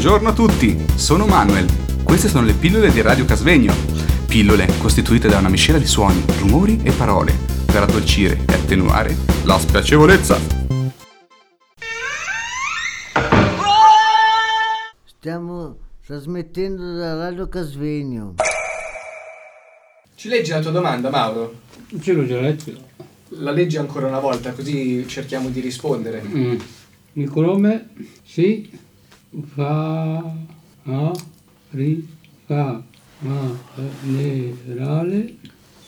Buongiorno a tutti, sono Manuel. Queste sono le pillole di Radio Casvegno. Pillole costituite da una miscela di suoni, rumori e parole per addolcire e attenuare la spiacevolezza. Stiamo trasmettendo da Radio Casvegno. Ci leggi la tua domanda, Mauro? Ce l'ho già letto. La leggi ancora una volta, così cerchiamo di rispondere. Il nome si fa a ri fa ma generale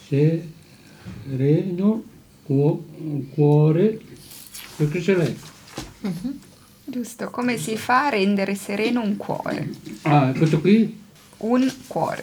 sereno cuore perché ce l'hai? Giusto, come si fa a rendere sereno un cuore? Ah, questo qui? Un cuore.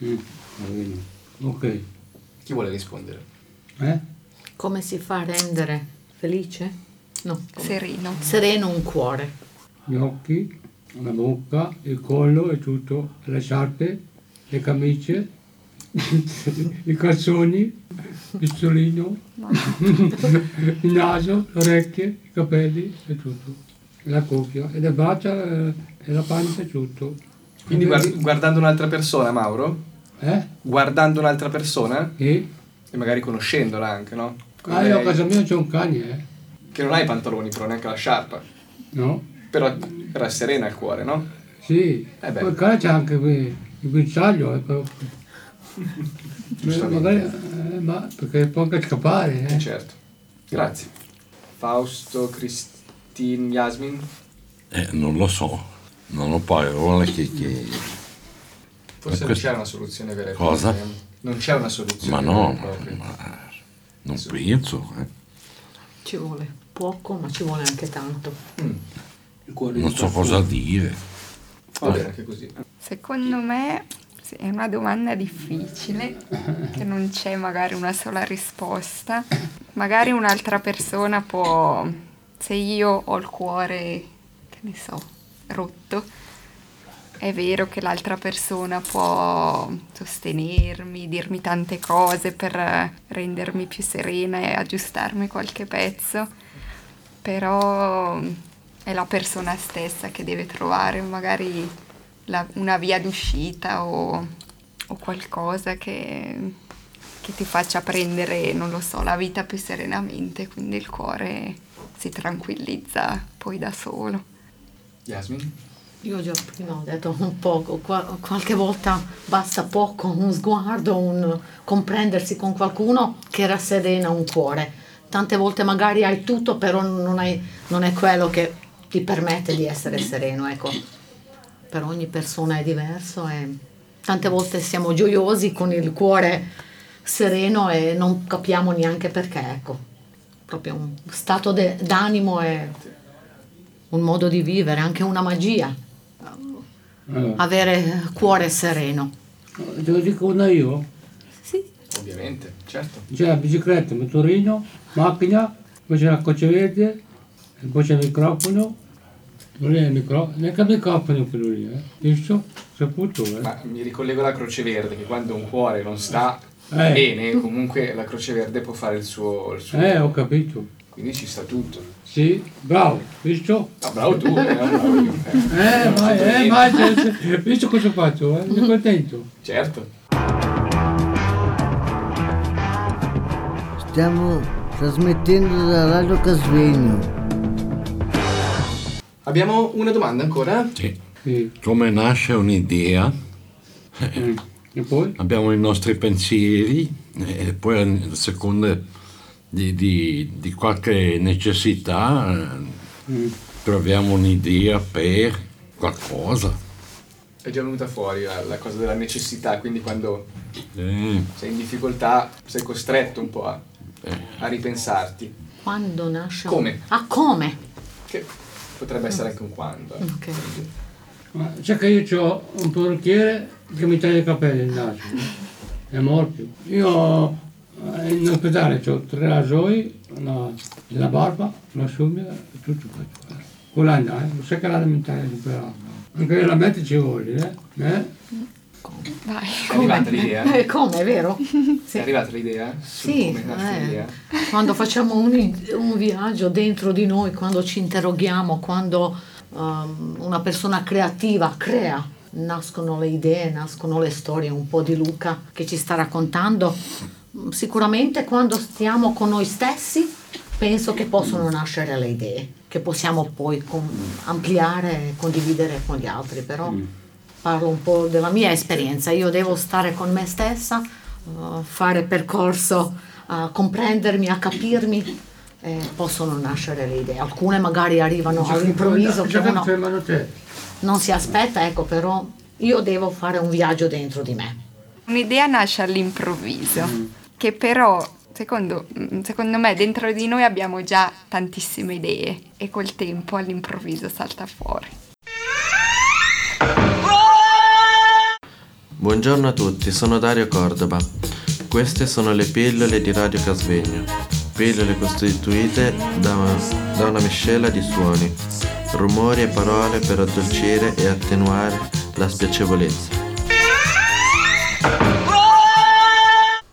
Ok. Chi vuole rispondere? Come si fa a rendere felice? No. Sereno un cuore. Gli occhi, la bocca, il collo e tutto, le sciarpe, le camicie, i calzoni, il pistolino, il naso, le orecchie, i capelli e tutto, la cuffia e le braccia e la pancia e tutto. Quindi guardando un'altra persona, Mauro? Guardando un'altra persona? E magari conoscendola anche, no? Come io a lei, casa mia c'è un cane, che non ha i pantaloni, però neanche la sciarpa. No? Però è serena il cuore, no? Sì, beh. poi il cane c'è anche qui, il guinzaglio, però. Magari, ma perché può anche scappare, Certo. Grazie. Fausto, Cristin, Yasmin? Non lo so, non ho parole che... Forse non c'è una soluzione vera e Cosa? propria. Non c'è una soluzione. Ma no, vera e propria. ma non penso. Ci vuole poco, ma ci vuole anche tanto. Non so cosa dire. Va bene anche così. Secondo me sì, è una domanda difficile, che non c'è magari una sola risposta. Magari un'altra persona può, se io ho il cuore, che ne so, rotto, è vero che l'altra persona può sostenermi, dirmi tante cose per rendermi più serena e aggiustarmi qualche pezzo, però è la persona stessa che deve trovare magari una via d'uscita o qualcosa che ti faccia prendere, non lo so, la vita più serenamente, quindi il cuore si tranquillizza poi da solo. Yasmin? Io già prima ho detto un poco, qualche volta basta poco, un sguardo, un comprendersi con qualcuno che rasserena un cuore. Tante volte magari hai tutto, però non è quello che ti permette di essere sereno, ecco. Per ogni persona è diverso e tante volte siamo gioiosi con il cuore sereno e non capiamo neanche perché, ecco. Proprio un stato d'animo e un modo di vivere, anche una magia. Avere cuore sereno. Te lo dico una io? Sì. Ovviamente, certo. C'è la bicicletta, motorino, macchina, poi c'è la croce verde, e poi c'è il microfono, non è il microfono, neanche il microfono quello lì, visto? Saputo, Ma mi ricollego alla Croce Verde, che quando un cuore non sta bene, comunque la Croce Verde può fare il suo... ho capito. Quindi ci sta tutto. Sì, bravo, visto? Ah, bravo tu, bravo io. Visto cosa faccio, sono contento. Certo. Stiamo trasmettendo da Radio Casvegno. Abbiamo una domanda ancora? Sì. Come nasce un'idea? E poi? Abbiamo i nostri pensieri e poi a seconda di qualche necessità troviamo un'idea per qualcosa. È già venuta fuori la cosa della necessità, quindi quando sei in difficoltà sei costretto un po' a ripensarti. Quando nasce? Come? Come? Che potrebbe essere anche un quando. Ok. Ma c'è che io ho un parrucchiere che mi taglia i capelli il naso, è morto. Io in ospedale ho 3 rasoi, la barba, la scimmia e tutto questo. Con l'anno, non sai che l'anno mi taglia sempre l'acqua. Anche la mente ci vuole, Vai. È arrivata l'idea? Come, è vero? Sì. È arrivata l'idea? Sì, come nasce l'idea? Quando facciamo un viaggio dentro di noi, quando ci interroghiamo, quando una persona creativa crea, nascono le idee, nascono le storie, un po' di Luca che ci sta raccontando. Sicuramente quando stiamo con noi stessi penso che possono nascere le idee, che possiamo poi ampliare e condividere con gli altri, però parlo un po' della mia esperienza. Io devo stare con me stessa, fare percorso a comprendermi, a capirmi, e possono nascere le idee. Alcune magari arrivano all'improvviso che uno non si aspetta, ecco, però io devo fare un viaggio dentro di me. Un'idea nasce all'improvviso, che però secondo me dentro di noi abbiamo già tantissime idee e col tempo all'improvviso salta fuori. Buongiorno a tutti, sono Dario Cordova. Queste sono le pillole di Radio Casvegno. Pillole costituite da una miscela di suoni, rumori e parole per addolcire e attenuare la spiacevolezza.